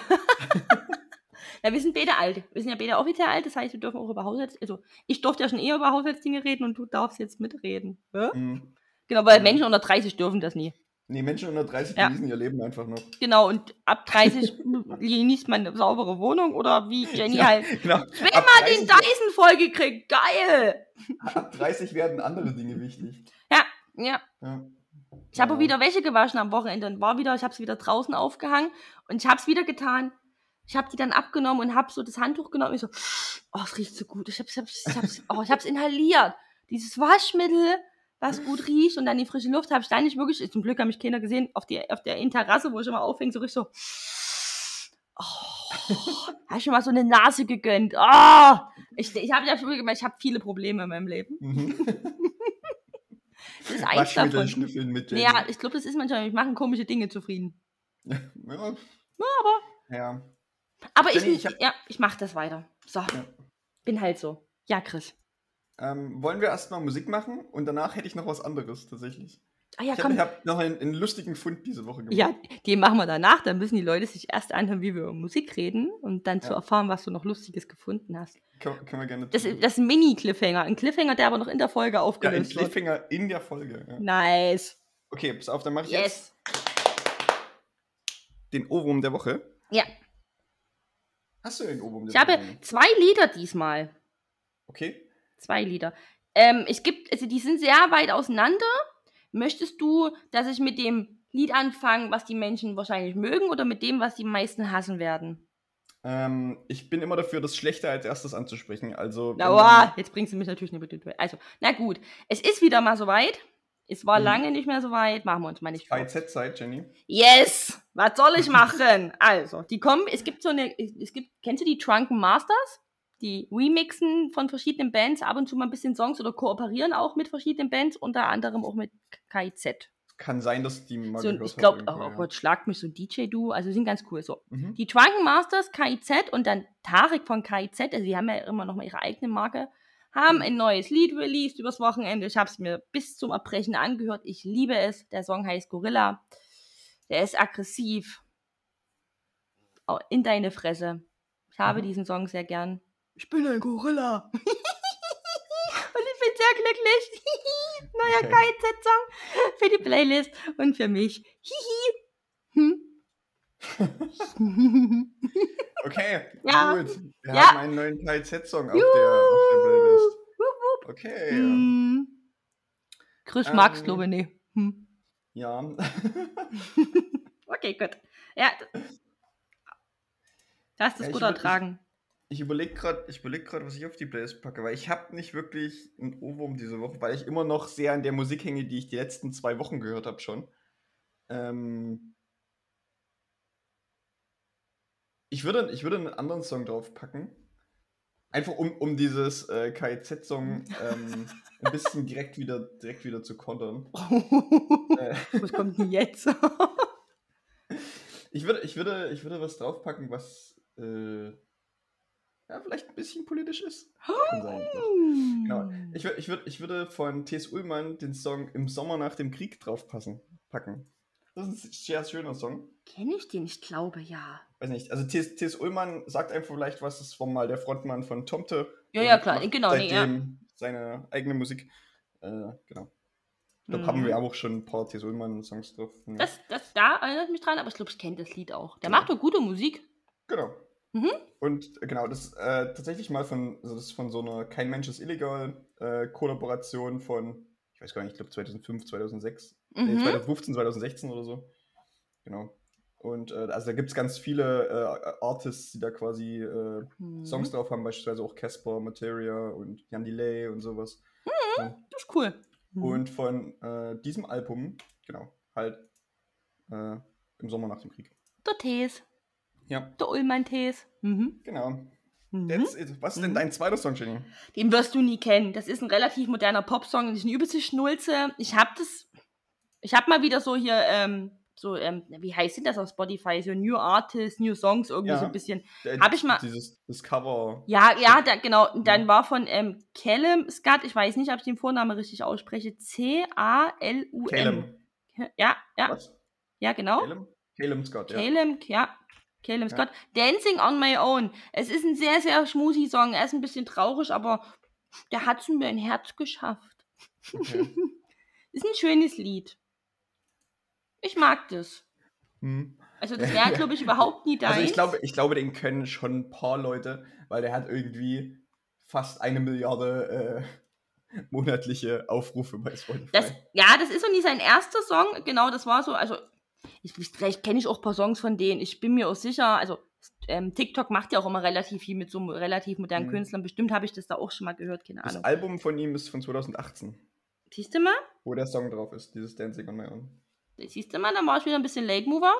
Ja, wir sind beide alt. Wir sind ja beide offiziell alt, das heißt, wir dürfen auch über ich durfte ja schon eher über Haushaltsdinge reden und du darfst jetzt mitreden. Ja? Genau, weil Menschen unter 30 dürfen das nie. Nee, Menschen unter 30 genießen ihr Leben einfach noch. Genau, und ab 30 genießt man eine saubere Wohnung oder wie Jenny halt. Genau. Zweimal den Dyson vollgekriegt, geil! Ab 30 werden andere Dinge wichtig. Ja. Ich habe wieder Wäsche gewaschen am Wochenende und ich habe es wieder draußen aufgehangen und ich habe es wieder getan. Ich habe die dann abgenommen und habe so das Handtuch genommen und ich so, oh, es riecht so gut. Ich hab's inhaliert. Dieses Waschmittel, was gut riecht und dann die frische Luft habe ich dann nicht wirklich, zum Glück habe mich keiner gesehen, auf der Terrasse, wo ich immer aufhänge, so richtig so, habe ich schon mal so eine Nase gegönnt. Oh, ich habe ja schon gemerkt, ich habe viele Probleme in meinem Leben. Das ist eins davon. Schnüffeln mit Jenny. Ja, ich glaube, das ist manchmal, ich mache komische Dinge zufrieden. Aber ich mache das weiter. So, bin halt so. Ja, Chris. Wollen wir erstmal Musik machen und danach hätte ich noch was anderes tatsächlich. Ich habe noch einen lustigen Fund diese Woche gemacht. Ja, den machen wir danach. Dann müssen die Leute sich erst anhören, wie wir über Musik reden und dann zu erfahren, was du noch Lustiges gefunden hast. Können wir gerne das ist ein Mini-Cliffhanger. Ein Cliffhanger, der aber noch in der Folge aufgelöst wird. Ein Cliffhanger in der Folge. Ja. Nice. Okay, pass auf, dann mache ich jetzt den Ohrwurm der Woche. Ja. Hast du den Ohrwurm der Woche? Ich habe 2 Lieder diesmal. Okay. 2 Lieder. Die sind sehr weit auseinander. Möchtest du, dass ich mit dem Lied anfange, was die Menschen wahrscheinlich mögen, oder mit dem, was die meisten hassen werden? Ich bin immer dafür, das Schlechte als erstes anzusprechen. Also, jetzt bringst du mich natürlich nicht mit den. Also, na gut. Es ist wieder mal soweit. Es war lange nicht mehr so weit. Machen wir uns mal nicht vor. KZ-Zeit, Jenny. Yes! Was soll ich machen? Also, kennst du die Drunken Masters? Die remixen von verschiedenen Bands ab und zu mal ein bisschen Songs oder kooperieren auch mit verschiedenen Bands, unter anderem auch mit KIZ. Kann sein, dass die mal gehört ich glaube, Gott, schlagt mich so ein DJ-Duo, also die sind ganz cool. So. Die Drunken Masters, KIZ und dann Tarek von KIZ, also die haben ja immer noch mal ihre eigene Marke, haben ein neues Lied released übers Wochenende. Ich habe es mir bis zum Erbrechen angehört. Ich liebe es. Der Song heißt Gorilla. Der ist aggressiv. In deine Fresse. Ich habe diesen Song sehr gern. Ich bin ein Gorilla. Und ich bin sehr glücklich. Neuer KIZ-Song für die Playlist und für mich. Okay, gut. Wir haben einen neuen KIZ-Song auf der Playlist. Okay. Chris mag's, glaube ich, nicht. Ja. Okay, gut. Ja. Du hast es gut ertragen. Ich überlege gerade, was ich auf die Playlist packe, weil ich habe nicht wirklich einen Ohrwurm diese Woche, weil ich immer noch sehr an der Musik hänge, die ich die letzten 2 Wochen gehört habe schon. Ich würde einen anderen Song drauf packen. Einfach um dieses KIZ-Song ein bisschen direkt wieder zu kontern. Was kommt denn jetzt? Ich würde was draufpacken, was vielleicht ein bisschen politisch ist. Kann sein. Genau. Ich würde von T.S. Ullmann den Song Im Sommer nach dem Krieg packen. Das ist ein sehr schöner Song. Kenne ich den? Ich glaube, ja. Weiß nicht. Also T.S. Ullmann sagt einfach vielleicht, was es mal der Frontmann von Tomte. Ja, klar. Genau. Seitdem seine eigene Musik. Genau. Ich glaube, haben wir auch schon ein paar T.S. Ullmann-Songs drauf. Ja. Da erinnert mich dran, aber ich glaube, ich kenne das Lied auch. Der macht doch gute Musik. Genau. Und genau, das ist tatsächlich mal von so einer Kein Mensch ist illegal Kollaboration von, ich weiß gar nicht, ich glaube 2005, 2006, 2015, 2016 oder so. Genau. Und also da gibt es ganz viele Artists, die da quasi Songs drauf haben, beispielsweise auch Casper, Materia und Jan Delay und sowas. Das ist cool. Und von diesem Album, genau, halt Im Sommer nach dem Krieg. Der Tees. Ja. Der Ullmann-Tees. Genau. Was ist denn dein zweiter Song, Jenny? Den wirst du nie kennen. Das ist ein relativ moderner Popsong. Das ist eine übelste Schnulze. Ich habe mal wieder so hier, wie heißt denn das auf Spotify? So New Artists, New Songs, irgendwie so ein bisschen. Habe ich mal. Das Cover. Ja, genau. Und dann war von Callum Scott, ich weiß nicht, ob ich den Vornamen richtig ausspreche. C-A-L-U-M. Callum. Ja. Was? Ja, genau. Callum Scott, ja. Callum Scott. Dancing on My Own. Es ist ein sehr, sehr schmusi Song. Er ist ein bisschen traurig, aber der hat es mir ein Herz geschafft. Okay. Ist ein schönes Lied. Ich mag das. Also das wäre, glaube ich, überhaupt nie deins. Also ich glaube, den können schon ein paar Leute, weil der hat irgendwie fast 1 Milliarde monatliche Aufrufe bei Spotify. Das ist noch nie sein erster Song. Genau, das war so, also vielleicht kenne ich auch ein paar Songs von denen. Ich bin mir auch sicher, also TikTok macht ja auch immer relativ viel mit so relativ modernen Künstlern. Bestimmt habe ich das da auch schon mal gehört, keine Ahnung. Das Album von ihm ist von 2018. Siehst du mal? Wo der Song drauf ist, dieses Dancing on My Own. Siehst du mal, dann war ich wieder ein bisschen Late Mover.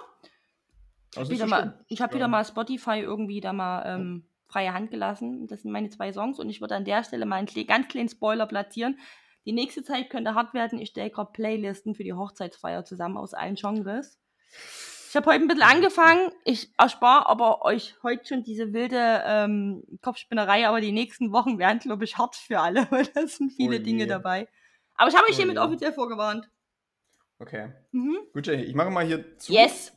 Ich habe wieder mal Spotify irgendwie da mal freie Hand gelassen. Das sind meine 2 Songs und ich würde an der Stelle mal einen ganz kleinen Spoiler platzieren. Die nächste Zeit könnte hart werden. Ich stelle gerade Playlisten für die Hochzeitsfeier zusammen aus allen Genres. Ich habe heute ein bisschen angefangen. Ich erspare aber euch heute schon diese wilde Kopfspinnerei, aber die nächsten Wochen werden, glaube ich, hart für alle, weil da sind viele Dinge dabei. Aber ich habe euch hiermit offiziell vorgewarnt. Okay. Gut, Jenny, ich mache mal hier zu. Yes!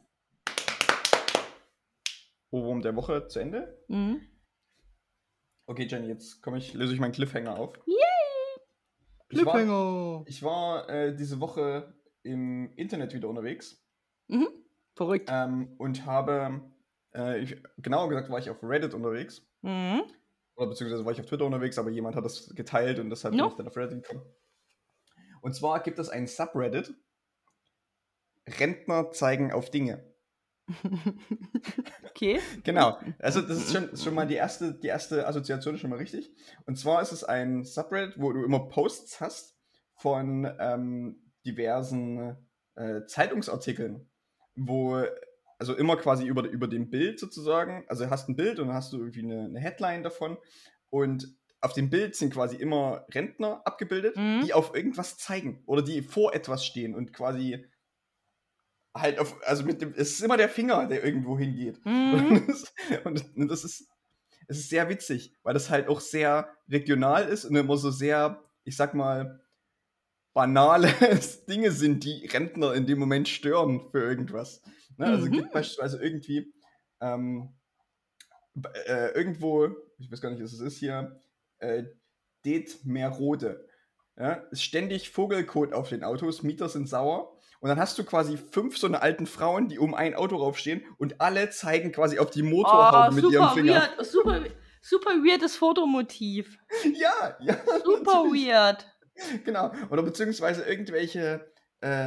Ohrwurm der Woche zu Ende. Okay, Jenny, jetzt löse ich meinen Cliffhanger auf. Yay! Cliffhanger! Ich war diese Woche im Internet wieder unterwegs. Verrückt. Und habe, genauer gesagt, war ich auf Reddit unterwegs. Oder beziehungsweise war ich auf Twitter unterwegs, aber jemand hat das geteilt und deshalb bin ich dann auf Reddit gekommen. Und zwar gibt es ein Subreddit. Rentner zeigen auf Dinge. Okay. Genau. Also das ist schon mal die erste Assoziation schon mal richtig. Und zwar ist es ein Subreddit, wo du immer Posts hast von diversen Zeitungsartikeln, wo, also immer quasi über dem Bild sozusagen, also hast ein Bild und dann hast du irgendwie eine Headline davon und auf dem Bild sind quasi immer Rentner abgebildet, die auf irgendwas zeigen oder die vor etwas stehen und quasi halt es ist immer der Finger, der irgendwo hingeht. Und es ist sehr witzig, weil das halt auch sehr regional ist und immer so sehr, ich sag mal, banale Dinge sind, die Rentner in dem Moment stören für irgendwas. Ne? Also es gibt beispielsweise irgendwie irgendwo, ich weiß gar nicht, was es ist hier, Detmerode. Ja? Ist ständig Vogelkot auf den Autos, Mieter sind sauer. Und dann hast du quasi 5 so eine alten Frauen, die um ein Auto raufstehen und alle zeigen quasi auf die Motorhaube mit ihrem Finger. Super weirdes Fotomotiv. Ja. Super weird. Genau. Oder beziehungsweise irgendwelche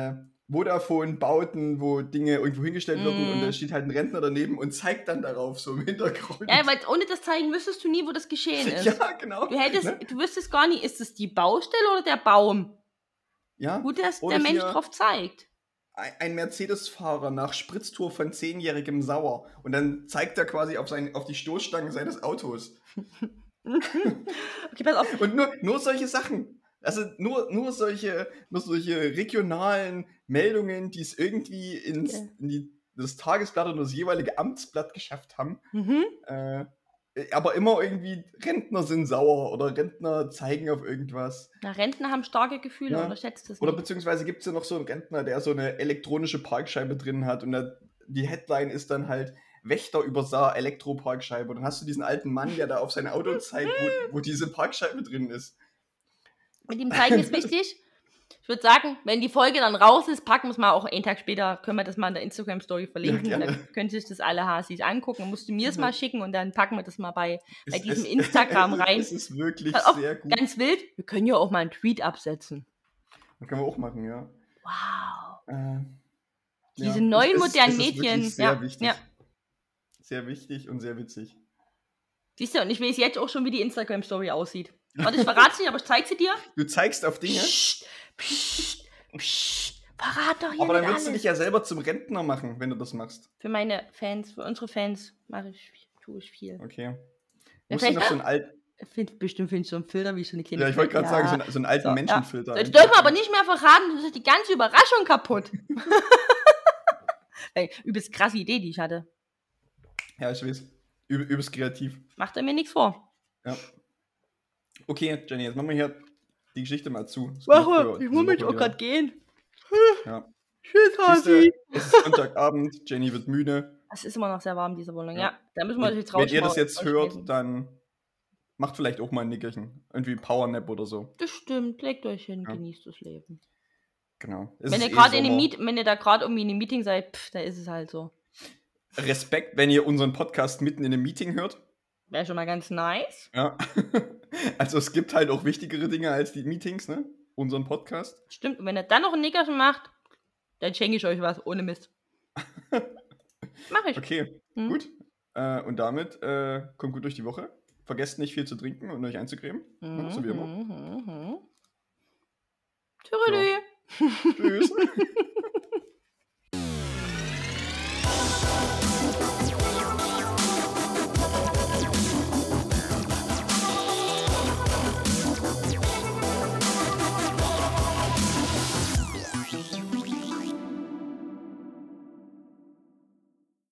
Vodafone-Bauten, wo Dinge irgendwo hingestellt werden und da steht halt ein Rentner daneben und zeigt dann darauf so im Hintergrund. Ja, weil ohne das Zeigen wüsstest du nie, wo das geschehen ist. Ja, genau. Du wüsstest gar nicht, ist es die Baustelle oder der Baum? Ja. Gut, dass Oder der Mensch hier drauf zeigt. ein Mercedes-Fahrer nach Spritztour von 10-jährigem Sauer und dann zeigt er quasi auf die Stoßstangen seines Autos. Okay, pass auf. Und nur solche Sachen. Also nur solche regionalen Meldungen, die es irgendwie in das Tagesblatt oder das jeweilige Amtsblatt geschafft haben. Aber immer irgendwie Rentner sind sauer oder Rentner zeigen auf irgendwas. Na, Rentner haben starke Gefühle, unterschätzt das nicht. Oder beziehungsweise gibt es ja noch so einen Rentner, der so eine elektronische Parkscheibe drin hat und die Headline ist dann halt Wächter übersah Elektroparkscheibe. Und dann hast du diesen alten Mann, der da auf sein Auto zeigt, wo diese Parkscheibe drin ist. Mit dem Zeigen ist wichtig. Ich würde sagen, wenn die Folge dann raus ist, packen wir es mal auch einen Tag später, können wir das mal in der Instagram-Story verlinken. Ja, dann können sich das alle Hasis angucken. Dann musst du mir es mal schicken und dann packen wir das mal bei diesem Instagram rein. Es ist wirklich sehr gut. Ganz wild, wir können ja auch mal einen Tweet absetzen. Das können wir auch machen, ja. Wow. Diese neuen modernen Mädchen. Ist sehr wichtig. Ja. Sehr wichtig und sehr witzig. Siehst du, und ich weiß jetzt auch schon, wie die Instagram-Story aussieht. Warte, ich verrate sie, aber ich zeig sie dir. Du zeigst auf Dinge? Psst, verrat doch hier aber dann nicht würdest du dich ja selber zum Rentner machen, wenn du das machst. Für meine Fans, für unsere Fans tue ich viel. Okay. Musst du noch so einen bestimmt findest du so einen Filter, wie so eine kleine. Ja, ich wollte gerade sagen, so einen alten Menschenfilter. Das dürfen wir aber nicht mehr verraten, das ist die ganze Überraschung kaputt. Übelst krasse Idee, die ich hatte. Ja, ich weiß. Übelst kreativ. Macht er mir nichts vor. Ja. Okay, Jenny, jetzt machen wir hier die Geschichte mal zu. Ich muss mich auch gerade gehen. Ja. Tschüss, Hasi. Es ist Sonntagabend, Jenny wird müde. Es ist immer noch sehr warm, diese Wohnung. Ja, da müssen wir jetzt raus. Wenn ihr das jetzt hört, dann macht vielleicht auch mal ein Nickerchen. Irgendwie Powernap oder so. Das stimmt, legt euch hin, genießt das Leben. Genau. Wenn ihr da gerade irgendwie in einem Meeting seid, da ist es halt so. Respekt, wenn ihr unseren Podcast mitten in einem Meeting hört. Wäre schon mal ganz nice. Ja. Also es gibt halt auch wichtigere Dinge als die Meetings, ne? Unseren Podcast. Stimmt, und wenn ihr dann noch ein Nickerchen macht, dann schenke ich euch was, ohne Mist. Mach ich. Okay, gut. Und damit kommt gut durch die Woche. Vergesst nicht viel zu trinken und euch einzucremen. So wie immer. Tschüss. Tschüss.